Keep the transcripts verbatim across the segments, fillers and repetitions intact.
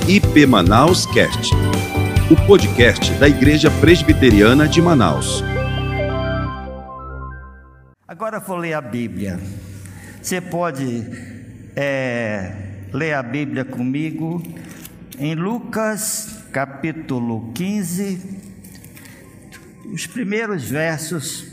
I P Manaus Cast, o podcast da Igreja Presbiteriana de Manaus. Agora eu vou ler a Bíblia. Você pode é, ler a Bíblia comigo em Lucas capítulo quinze, os primeiros versos.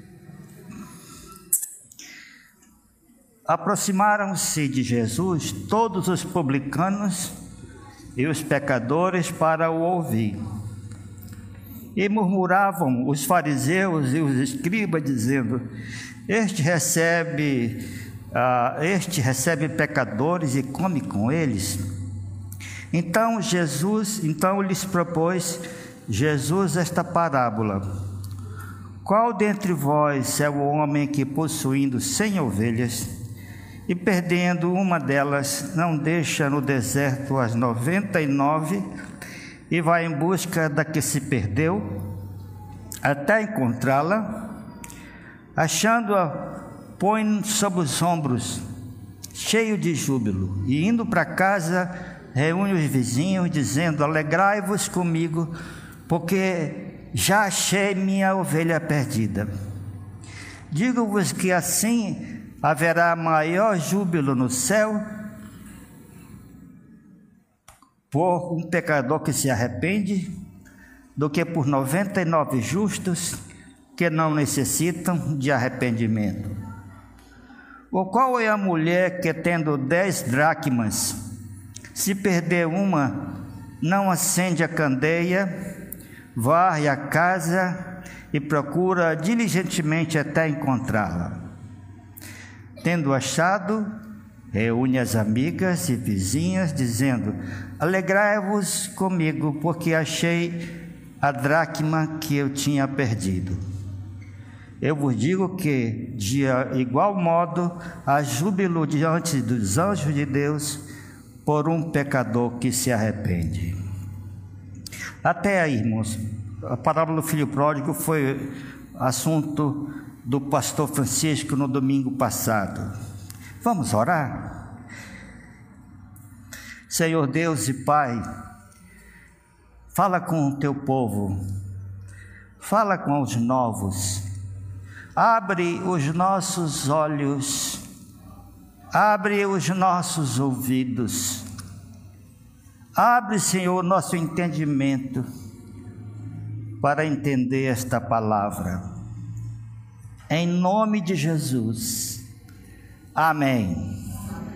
Aproximaram-se de Jesus todos os publicanos e os pecadores para o ouvir. E murmuravam os fariseus e os escribas, dizendo: Este recebe, uh, este recebe pecadores e come com eles. Então Jesus, então lhes propôs Jesus esta parábola: Qual dentre vós é o homem que, possuindo cem ovelhas e perdendo uma delas, não deixa no deserto as noventa e nove e vai em busca da que se perdeu, até encontrá-la? Achando-a, põe sob os ombros, cheio de júbilo, e indo para casa, reúne os vizinhos, dizendo: Alegrai-vos comigo, porque já achei minha ovelha perdida. Digo-vos que assim haverá maior júbilo no céu por um pecador que se arrepende do que por noventa e nove justos que não necessitam de arrependimento. Ou qual é a mulher que, tendo dez dracmas, se perder uma, não acende a candeia, varre a casa e procura diligentemente até encontrá-la? Tendo achado, reúne as amigas e vizinhas, dizendo: Alegrai-vos comigo, porque achei a dracma que eu tinha perdido. Eu vos digo que, de igual modo, há júbilo diante dos anjos de Deus por um pecador que se arrepende. Até aí, irmãos, a parábola do filho pródigo foi assunto do pastor Francisco no domingo passado. Vamos orar? Senhor Deus e Pai, fala com o teu povo, fala com os novos, abre os nossos olhos, abre os nossos ouvidos, abre, Senhor, nosso entendimento para entender esta palavra. Em nome de Jesus. Amém.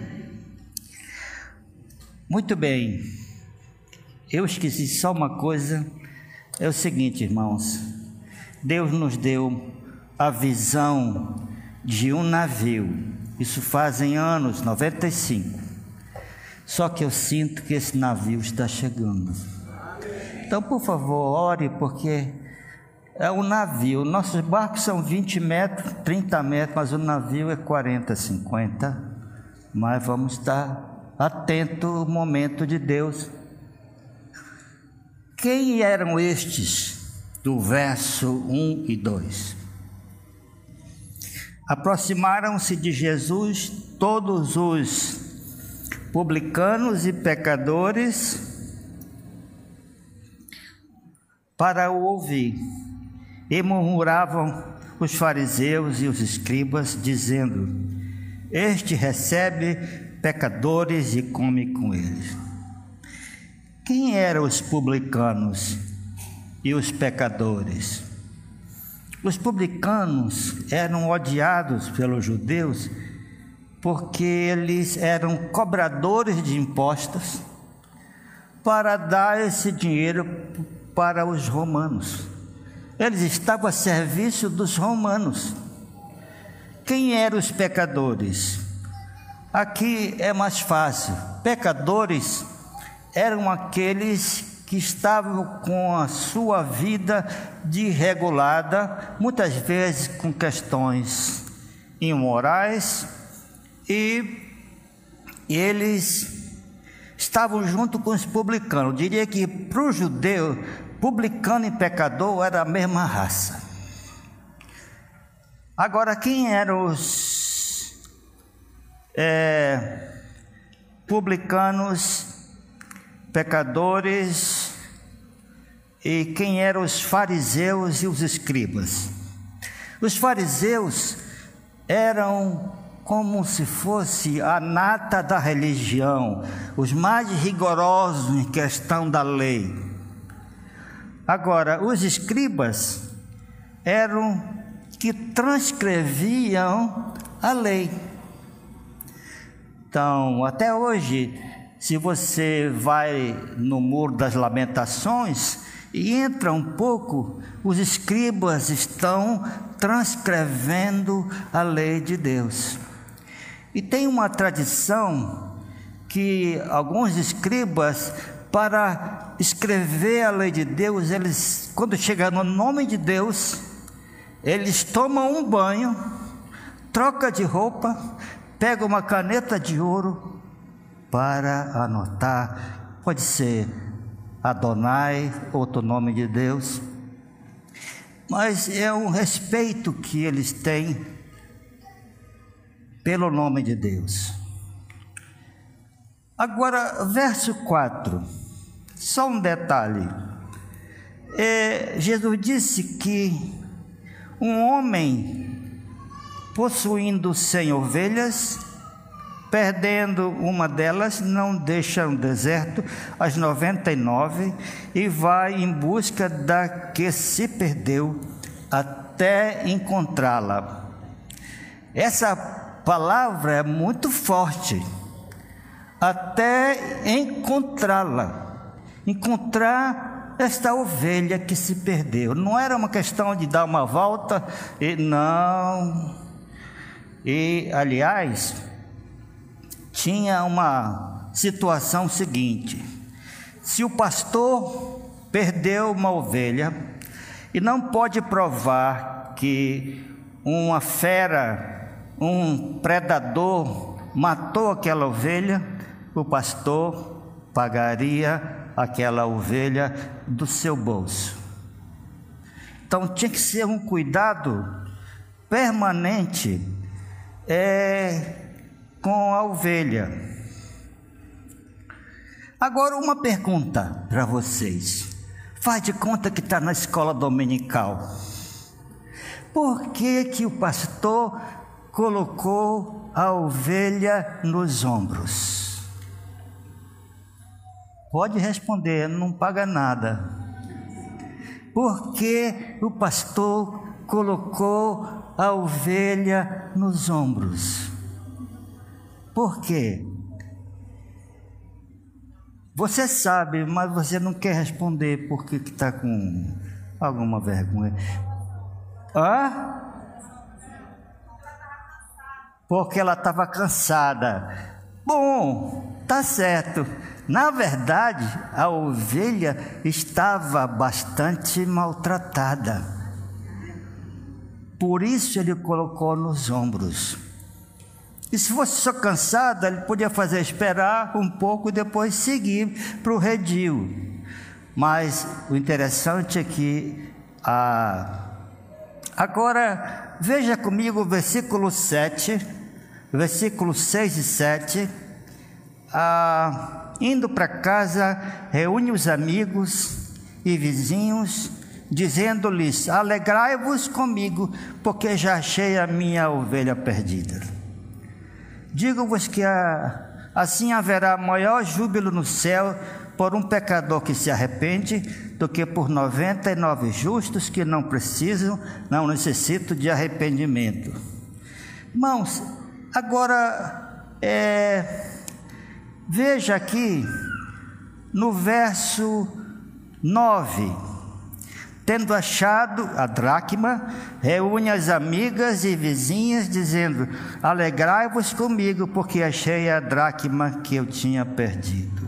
Muito bem. Eu esqueci só uma coisa. É o seguinte, irmãos. Deus nos deu a visão de um navio. Isso fazem anos, noventa e cinco. Só que eu sinto que esse navio está chegando. Então, por favor, ore, porque é um navio. Nossos barcos são vinte metros, trinta metros, mas o navio é quarenta, cinquenta. Mas vamos estar atentos ao momento de Deus. Quem eram estes do verso um e dois? Aproximaram-se de Jesus todos os publicanos e pecadores para o ouvir. E murmuravam os fariseus e os escribas, dizendo: Este recebe pecadores e come com eles. Quem eram os publicanos e os pecadores? Os publicanos eram odiados pelos judeus porque eles eram cobradores de impostos para dar esse dinheiro para os romanos. Eles estavam a serviço dos romanos. Quem eram os pecadores? Aqui é mais fácil. Pecadores eram aqueles que estavam com a sua vida desregulada, muitas vezes com questões imorais, e eles estavam junto com os publicanos. Eu diria que para o judeu, publicano e pecador era a mesma raça. Agora, quem eram os é, publicanos pecadores e quem eram os fariseus e os escribas. Os fariseus eram como se fosse a nata da religião, os mais rigorosos em questão da lei. Agora, os escribas eram que transcreviam a lei. Então, até hoje, se você vai no Muro das Lamentações e entra um pouco, os escribas estão transcrevendo a lei de Deus. E tem uma tradição que alguns escribas, para escrever a lei de Deus, eles, quando chega no nome de Deus, eles tomam um banho, troca de roupa, pega uma caneta de ouro para anotar. Pode ser Adonai, outro nome de Deus, mas é um respeito que eles têm pelo nome de Deus. Agora, verso quatro, só um detalhe. É, Jesus disse que um homem possuindo cem ovelhas, perdendo uma delas, não deixa no deserto as noventa e nove e vai em busca da que se perdeu até encontrá-la. Essa palavra é muito forte. Até encontrá-la, encontrar esta ovelha que se perdeu. Não era uma questão de dar uma volta, e não. E, aliás, tinha uma situação seguinte: se o pastor perdeu uma ovelha e não pode provar que uma fera, um predador matou aquela ovelha, o pastor pagaria aquela ovelha do seu bolso. Então tinha que ser um cuidado permanente é, com a ovelha. Agora uma pergunta para vocês. Faz de conta que está na escola dominical. Por que que o pastor colocou a ovelha nos ombros? Pode responder, não paga nada. Por que o pastor colocou a ovelha nos ombros? Por quê? Você sabe, mas você não quer responder porque está com alguma vergonha. Hã? Porque ela estava cansada. Bom, tá certo. Na verdade, a ovelha estava bastante maltratada. Por isso ele colocou nos ombros. E se fosse só cansada, ele podia fazer esperar um pouco e depois seguir para o redil. Mas o interessante é que a... agora veja comigo o versículo sete, versículos seis e sete. Ah, indo para casa, reúne os amigos e vizinhos, dizendo-lhes: alegrai-vos comigo, porque já achei a minha ovelha perdida. Digo-vos que a, assim haverá maior júbilo no céu por um pecador que se arrepende, do que por noventa e nove justos que não precisam, não necessitam de arrependimento. Irmãos, agora, é, veja aqui no verso nove: tendo achado a dracma, reúne as amigas e vizinhas, dizendo: alegrai-vos comigo, porque achei a dracma que eu tinha perdido.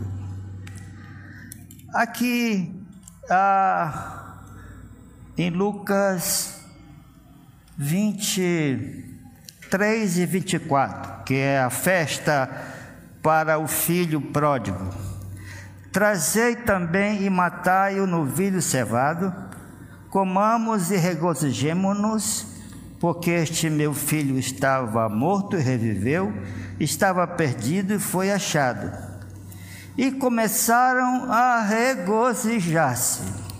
Aqui, ah, em Lucas vinte e três e vinte e quatro, que é a festa para o filho pródigo: trazei também e matai o novilho cevado, comamos e regozijemo-nos, porque este meu filho estava morto e reviveu, estava perdido e foi achado. e começaram a regozijar-se.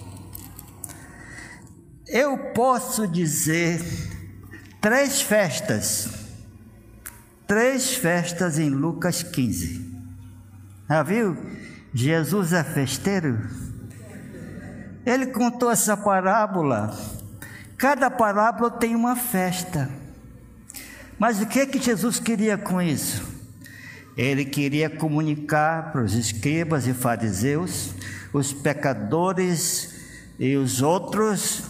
Eu posso dizer três festas, três festas em Lucas quinze. Já viu? Jesus é festeiro. Ele contou essa parábola. Cada parábola tem uma festa. Mas o que que Jesus queria com isso? Ele queria comunicar para os escribas e fariseus, os pecadores e os outros,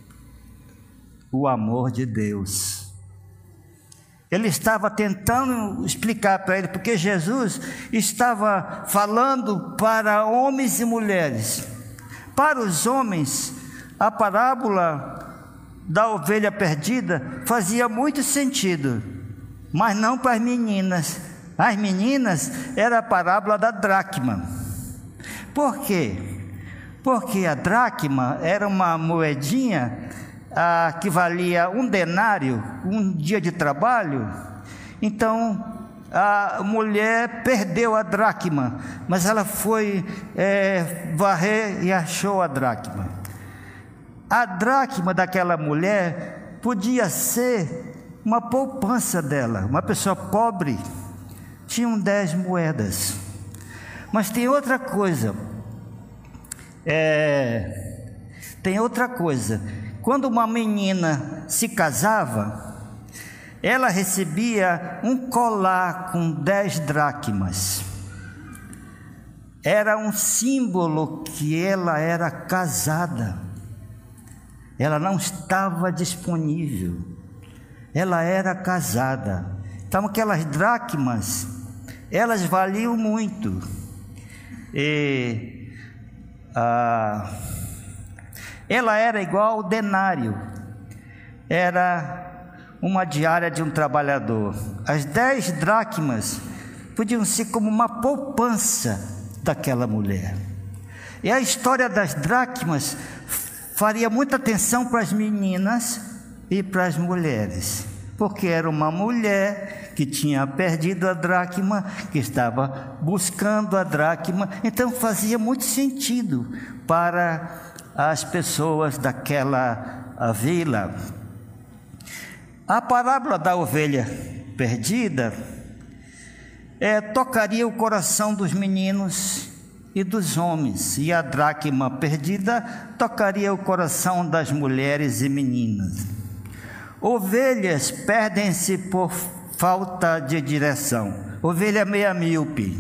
o amor de Deus. Ele estava tentando explicar para ele, porque Jesus estava falando para homens e mulheres. Para os homens, a parábola da ovelha perdida fazia muito sentido, mas não para as meninas. As meninas era a parábola da dracma. Por quê? Porque a dracma era uma moedinha ah, que valia um denário, um dia de trabalho. Então a mulher perdeu a dracma, mas ela foi é, varrer e achou a dracma. A dracma daquela mulher podia ser uma poupança dela. Uma pessoa pobre tinha dez moedas. Mas tem outra coisa. É, tem outra coisa. Quando uma menina se casava, ela recebia um colar com dez dracmas. Era um símbolo que ela era casada. Ela não estava disponível. Ela era casada. Então aquelas dracmas, elas valiam muito. E, ah, ela era igual ao denário. Era uma diária de um trabalhador. As dez dracmas podiam ser como uma poupança daquela mulher. E a história das dracmas faria muita atenção para as meninas e para as mulheres, porque era uma mulher que tinha perdido a dracma, que estava buscando a dracma, então fazia muito sentido para as pessoas daquela vila. A parábola da ovelha perdida é, tocaria o coração dos meninos e dos homens, e a dracma perdida tocaria o coração das mulheres e meninas. Ovelhas perdem-se por falta de direção. Ovelha meia míope.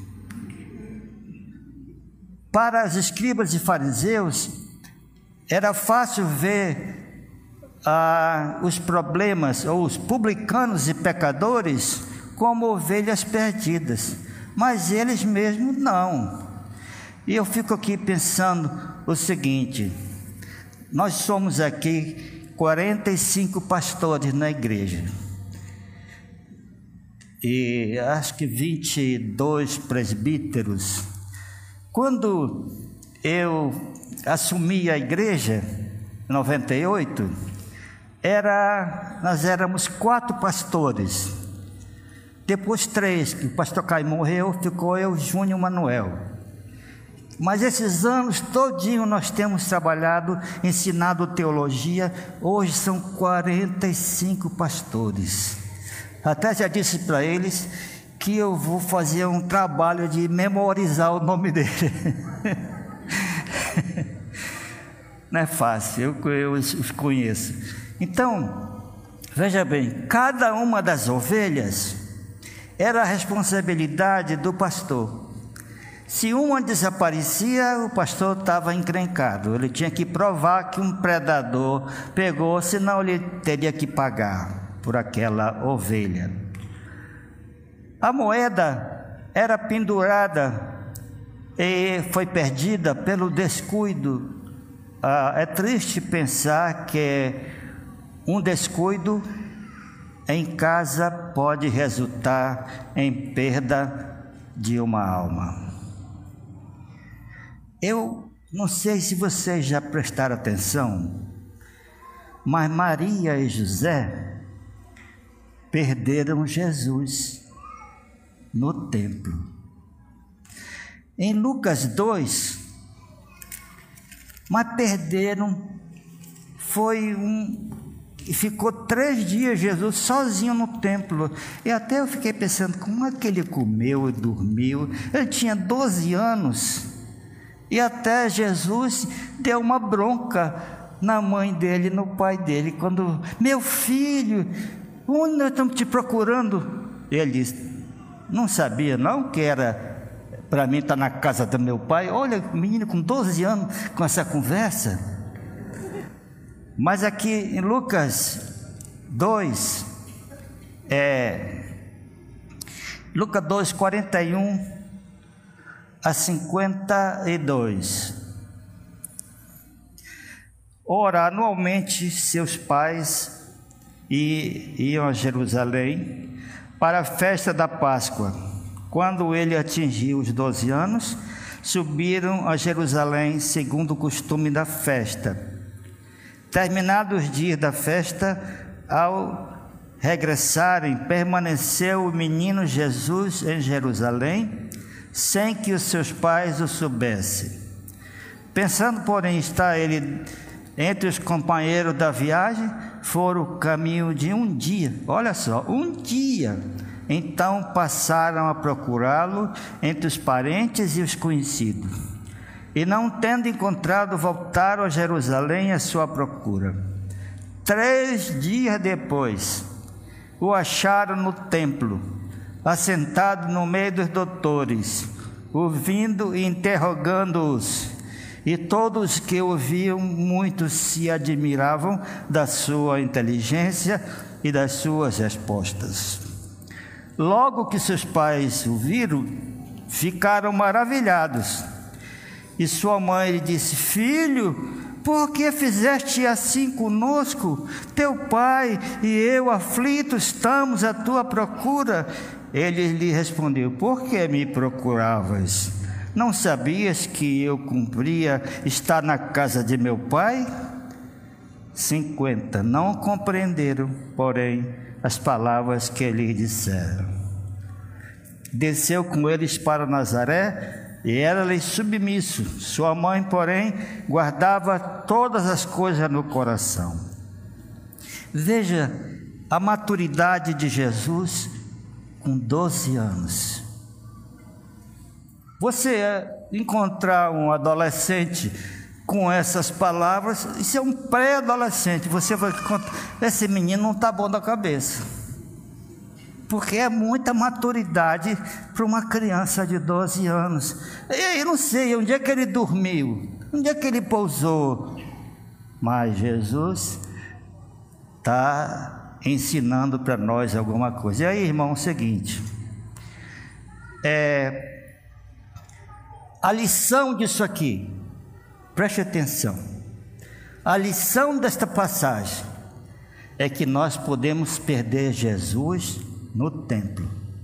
Para os escribas e fariseus, era fácil ver Ah, os problemas, ou os publicanos e pecadores, como ovelhas perdidas, mas eles mesmos não. E eu fico aqui pensando o seguinte: nós somos aqui quarenta e cinco pastores na igreja, e acho que vinte e dois presbíteros. Quando eu assumi a igreja, em noventa e oito, Era, nós éramos quatro pastores, depois três, que o pastor Caio morreu, ficou eu, Júnior e Manuel. Mas esses anos todinho nós temos trabalhado, ensinado teologia. Hoje são quarenta e cinco pastores. Até já disse para eles que eu vou fazer um trabalho de memorizar o nome dele. Não é fácil, eu, eu os conheço. Então, veja bem, cada uma das ovelhas era a responsabilidade do pastor. Se uma desaparecia, o pastor estava encrencado. Ele tinha que provar que um predador pegou, senão ele teria que pagar por aquela ovelha. A moeda era pendurada e foi perdida pelo descuido. Ah, é triste pensar que um descuido em casa pode resultar em perda de uma alma. Eu não sei se vocês já prestaram atenção, mas Maria e José perderam Jesus no templo. em Lucas dois, mas perderam, foi um, ficou três dias Jesus sozinho no templo, e até eu fiquei pensando, como é que ele comeu e dormiu? Ele tinha doze anos, e até Jesus deu uma bronca na mãe dele, no pai dele, quando, meu filho, onde nós estamos te procurando? Ele disse, não sabia não que era para mim estar na casa do meu pai? Olha, menino com doze anos com essa conversa. Mas aqui em Lucas dois, é, Lucas dois, quarenta e um a cinquenta e dois. Ora, anualmente seus pais iam a Jerusalém para a festa da Páscoa. Quando ele atingiu os doze anos, subiram a Jerusalém segundo o costume da festa. Terminados os dias da festa, ao regressarem, permaneceu o menino Jesus em Jerusalém, sem que os seus pais o soubessem. Pensando, porém, estar ele entre os companheiros da viagem, foram o caminho de um dia, olha só, um dia. Então passaram a procurá-lo entre os parentes e os conhecidos. E não tendo encontrado, voltaram a Jerusalém à sua procura. Três dias depois, o acharam no templo, assentado no meio dos doutores, ouvindo e interrogando-os. E todos que ouviam, muitos se admiravam da sua inteligência e das suas respostas. Logo que seus pais o viram, ficaram maravilhados. E sua mãe lhe disse, filho, por que fizeste assim conosco? Teu pai e eu aflitos estamos à tua procura. Ele lhe respondeu, por que me procuravas? Não sabias que eu cumpria estar na casa de meu pai? cinquenta. Não compreenderam, porém, as palavras que lhe disseram. Desceu com eles para Nazaré e era-lhe submisso. Sua mãe, porém, guardava todas as coisas no coração. Veja a maturidade de Jesus com doze anos. Você encontrar um adolescente com essas palavras, isso é um pré-adolescente, você vai contar, esse menino não está bom da cabeça, porque é muita maturidade para uma criança de doze anos. Eu não sei onde é que ele dormiu, onde é que ele pousou, mas Jesus está ensinando para nós alguma coisa. E aí, irmão, é o seguinte, é, a lição disso aqui, preste atenção, a lição desta passagem é que nós podemos perder Jesus no templo.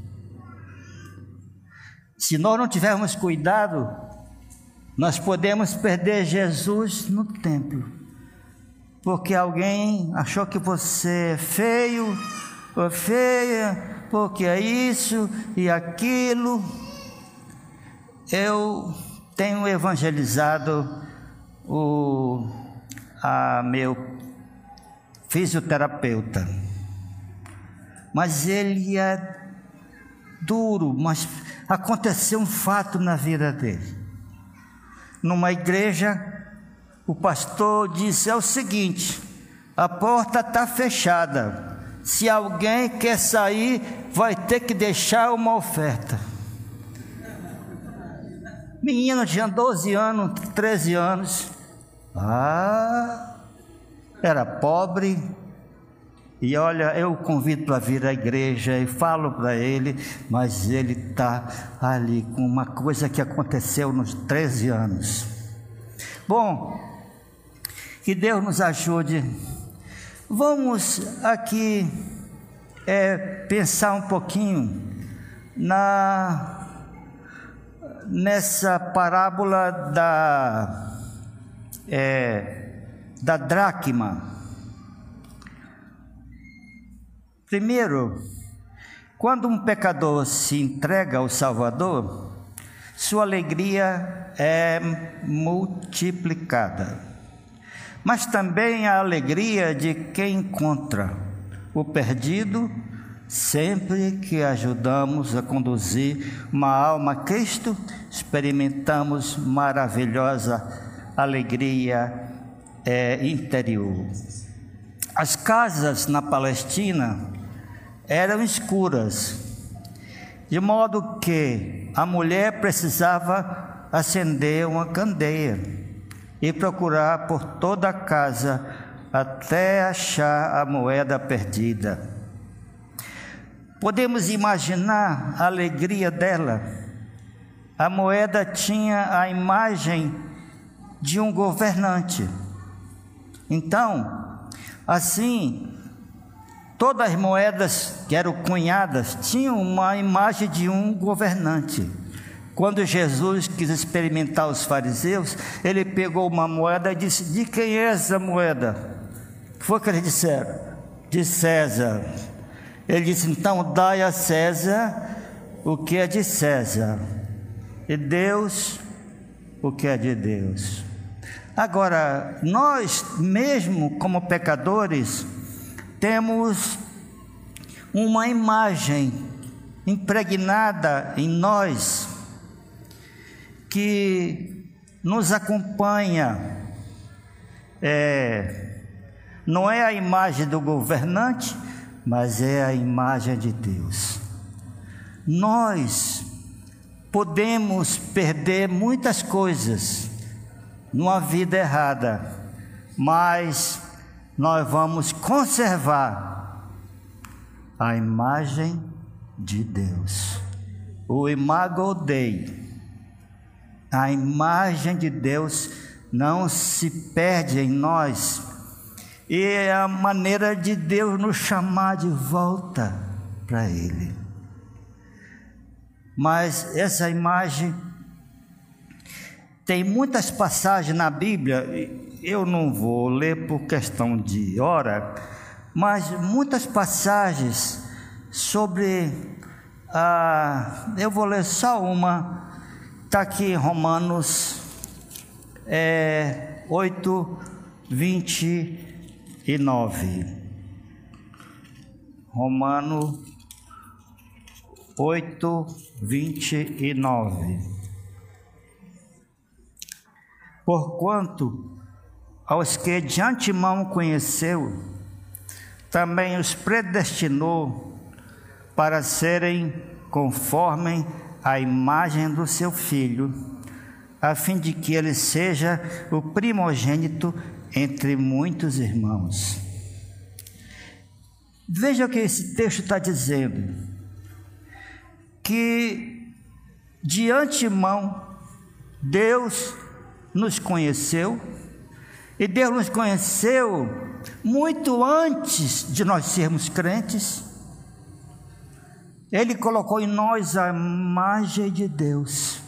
Se nós não tivermos cuidado, nós podemos perder Jesus no templo, porque alguém achou que você é feio ou feia, porque é isso e aquilo. Eu tenho evangelizado o a meu fisioterapeuta, mas ele é duro, mas aconteceu um fato na vida dele. Numa igreja, o pastor disse, é o seguinte, a porta está fechada, se alguém quer sair, vai ter que deixar uma oferta. Menino tinha doze anos, treze anos, ah, era pobre, e olha, eu o convido para vir à igreja e falo para ele, mas ele está ali com uma coisa que aconteceu nos treze anos. Bom, que Deus nos ajude. Vamos aqui é, pensar um pouquinho na nessa parábola da é, da dracma. Primeiro, quando um pecador se entrega ao Salvador, sua alegria é multiplicada. Mas também a alegria de quem encontra o perdido, sempre que ajudamos a conduzir uma alma a Cristo, experimentamos maravilhosa alegria é, interior. As casas na Palestina eram escuras, de modo que a mulher precisava acender uma candeia e procurar por toda a casa até achar a moeda perdida. Podemos imaginar a alegria dela. A moeda tinha a imagem de um governante. Então, assim, todas as moedas que eram cunhadas tinham uma imagem de um governante. Quando Jesus quis experimentar os fariseus, ele pegou uma moeda e disse: de quem é essa moeda? O que foi que eles disseram? De César. Ele disse: então dai a César o que é de César, e Deus o que é de Deus. Agora, nós mesmo como pecadores, temos uma imagem impregnada em nós, que nos acompanha. É, não é a imagem do governante, mas é a imagem de Deus. Nós podemos perder muitas coisas numa vida errada, mas nós vamos conservar a imagem de Deus. O imago Dei, a imagem de Deus não se perde em nós, e é a maneira de Deus nos chamar de volta para Ele. Mas essa imagem, tem muitas passagens na Bíblia, eu não vou ler por questão de hora, mas muitas passagens sobre, ah, eu vou ler só uma. Está aqui em Romanos é, oito, vinte e nove. Romanos oito, vinte e nove. Porquanto aos que de antemão conheceu, também os predestinou para serem conforme a imagem do seu Filho, a fim de que ele seja o primogênito entre muitos irmãos. Veja o que esse texto está dizendo, que de antemão Deus nos conheceu, e Deus nos conheceu muito antes de nós sermos crentes. Ele colocou em nós a imagem de Deus.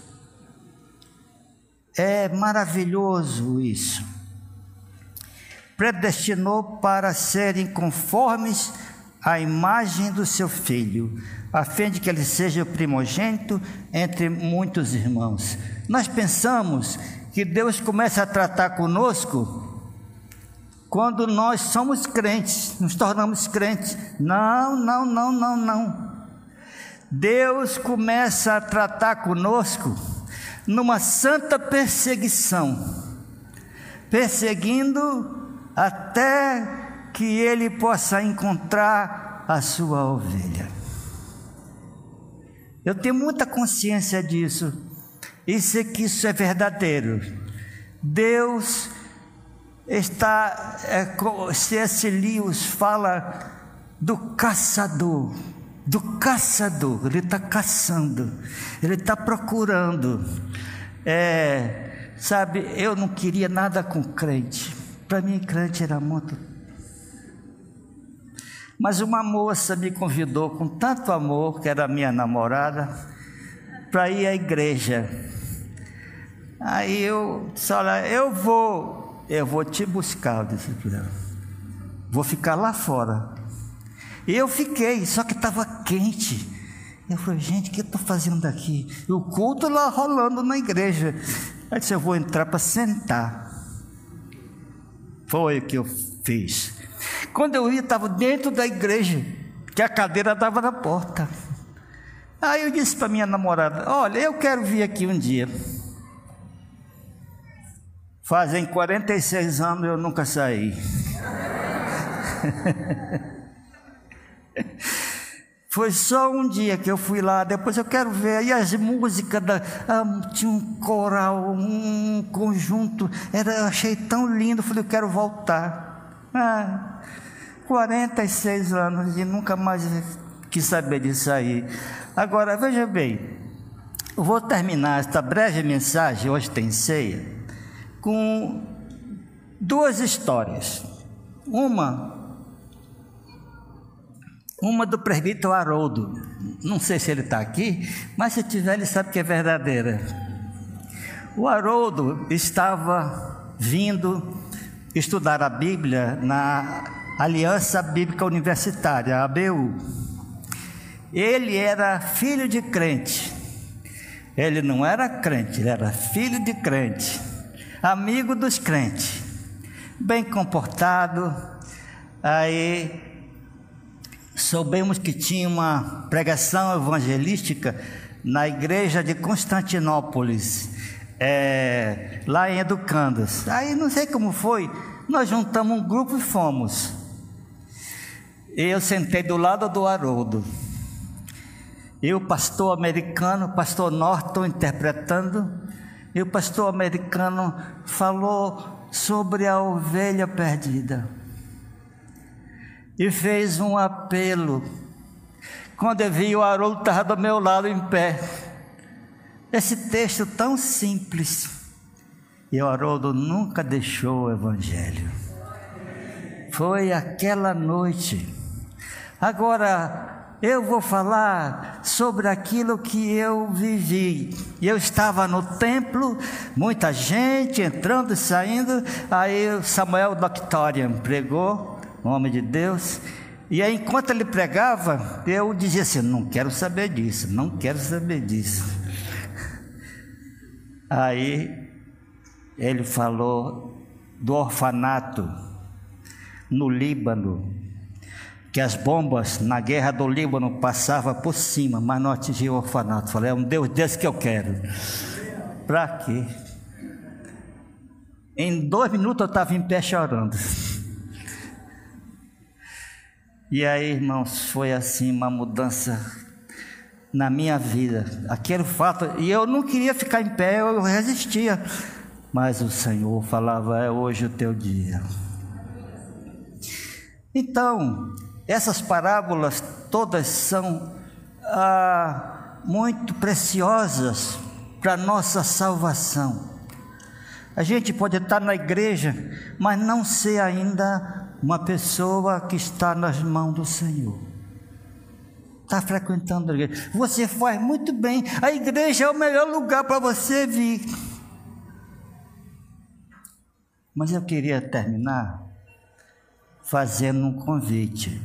É maravilhoso isso. Predestinou para serem conformes à imagem do seu Filho, a fim de que ele seja o primogênito entre muitos irmãos. Nós pensamos que Deus começa a tratar conosco quando nós somos crentes, nos tornamos crentes. Não, não, não, não, não. Deus começa a tratar conosco numa santa perseguição, perseguindo até que Ele possa encontrar a sua ovelha. Eu tenho muita consciência disso, e sei que isso é verdadeiro. Deus está, é, C S Lewis fala do caçador, do caçador, ele está caçando, ele está procurando. É, sabe, eu não queria nada com crente, para mim crente era muito. Mas uma moça me convidou com tanto amor, que era minha namorada, para ir à igreja. Aí eu disse: olha, eu vou, eu vou te buscar. Eu disse para ela: vou ficar lá fora. E eu fiquei, só que estava quente, Eu falei, gente, o que eu estou fazendo aqui? E o culto lá rolando na igreja. Aí disse, eu vou entrar para sentar. Foi o que eu fiz. Quando eu ia, estava dentro da igreja, que a cadeira estava na porta. Aí eu disse para minha namorada, olha, eu quero vir aqui um dia. Fazem quarenta e seis anos eu nunca saí. Foi só um dia que eu fui lá, depois eu quero ver. E as músicas, da, ah, tinha um coral, um conjunto, era, eu achei tão lindo, eu falei, eu quero voltar. Ah, quarenta e seis anos e nunca mais quis saber disso aí. Agora, veja bem, eu vou terminar esta breve mensagem, hoje tem ceia, com duas histórias. Uma... Uma do presbítero Haroldo, não sei se ele está aqui, mas se tiver ele sabe que é verdadeira. O Haroldo estava vindo estudar a Bíblia na Aliança Bíblica Universitária, A B U. Ele era filho de crente, ele não era crente, ele era filho de crente, amigo dos crentes, bem comportado. Aí soubemos que tinha uma pregação evangelística na igreja de Constantinópolis, é, lá em Educandas. Aí não sei como foi, nós juntamos um grupo e fomos. Eu sentei do lado do Haroldo, e o pastor americano, o pastor Norton interpretando, e o pastor americano falou sobre a ovelha perdida. E fez um apelo. Quando eu vi, o Haroldo estava do meu lado em pé. Esse texto tão simples. E o Haroldo nunca deixou o Evangelho. Foi aquela noite. Agora, eu vou falar sobre aquilo que eu vivi. Eu estava no templo, muita gente entrando e saindo. Aí Samuel Doctorian pregou, homem de Deus, e aí enquanto ele pregava, eu dizia assim, não quero saber disso, não quero saber disso. Aí ele falou do orfanato no Líbano, que as bombas na guerra do Líbano passavam por cima, mas não atingiam o orfanato. Falei, é um Deus desse que eu quero. Para quê? Em dois minutos eu estava em pé chorando. E aí, irmãos, foi assim uma mudança na minha vida. Aquele fato, e eu não queria ficar em pé, eu resistia. Mas o Senhor falava, é hoje o teu dia. Então, essas parábolas todas são ah, muito preciosas para a nossa salvação. A gente pode estar na igreja, mas não ser ainda uma pessoa que está nas mãos do Senhor. Está frequentando a igreja. Você faz muito bem. A igreja é o melhor lugar para você vir. Mas eu queria terminar fazendo um convite.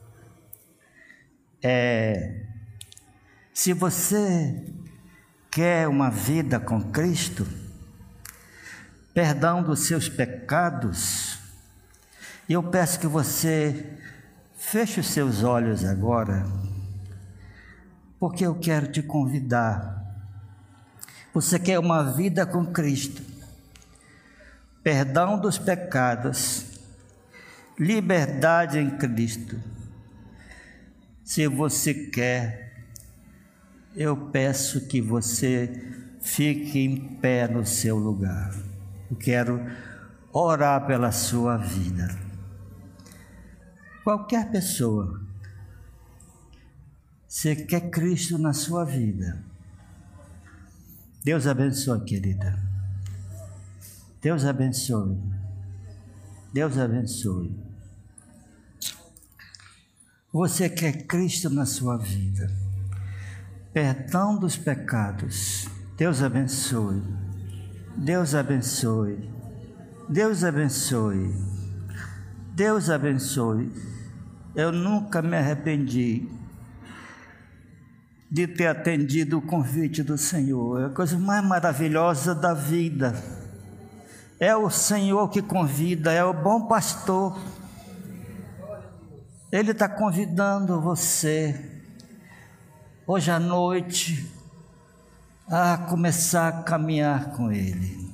É, se você quer uma vida com Cristo, perdão dos seus pecados, eu peço que você feche os seus olhos agora, porque eu quero te convidar. Você quer uma vida com Cristo, perdão dos pecados, liberdade em Cristo. Se você quer, eu peço que você fique em pé no seu lugar. Eu quero orar pela sua vida. Qualquer pessoa, você quer Cristo na sua vida. Deus abençoe, querida. Deus abençoe. Deus abençoe. Você quer Cristo na sua vida. Perdão dos pecados. Deus abençoe. Deus abençoe. Deus abençoe. Deus abençoe. Eu nunca me arrependi de ter atendido o convite do Senhor. É a coisa mais maravilhosa da vida. É o Senhor que convida, é o bom pastor. Ele está convidando você, hoje à noite, a começar a caminhar com Ele.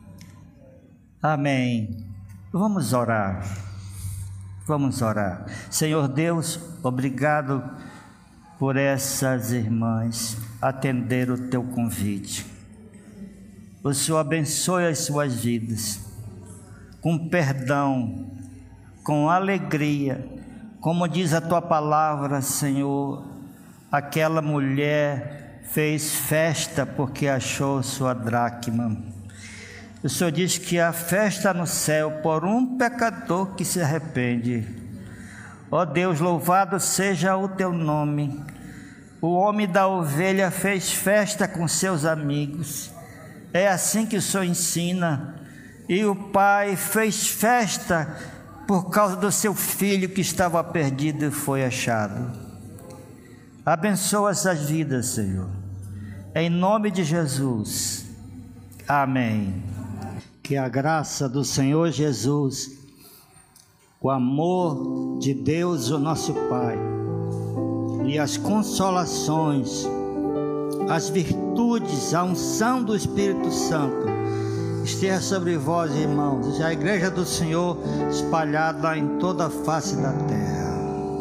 Amém. Vamos orar. Vamos orar. Senhor Deus, obrigado por essas irmãs atender o teu convite. O Senhor abençoe as suas vidas, com perdão, com alegria, como diz a tua palavra, Senhor, aquela mulher fez festa porque achou sua dracma. O Senhor diz que há festa no céu por um pecador que se arrepende. Ó Deus, louvado seja o teu nome. O homem da ovelha fez festa com seus amigos. É assim que o Senhor ensina. E o pai fez festa por causa do seu filho que estava perdido e foi achado. Abençoa essas vidas, Senhor. Em nome de Jesus. Amém. Que a graça do Senhor Jesus, o amor de Deus, o nosso Pai, e as consolações, as virtudes, a unção do Espírito Santo esteja sobre vós, irmãos, e a igreja do Senhor espalhada em toda a face da terra.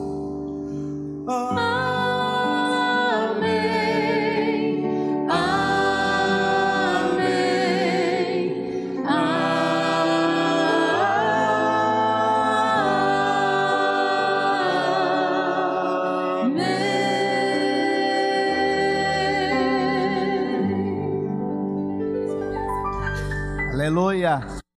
Oh. Aleluia.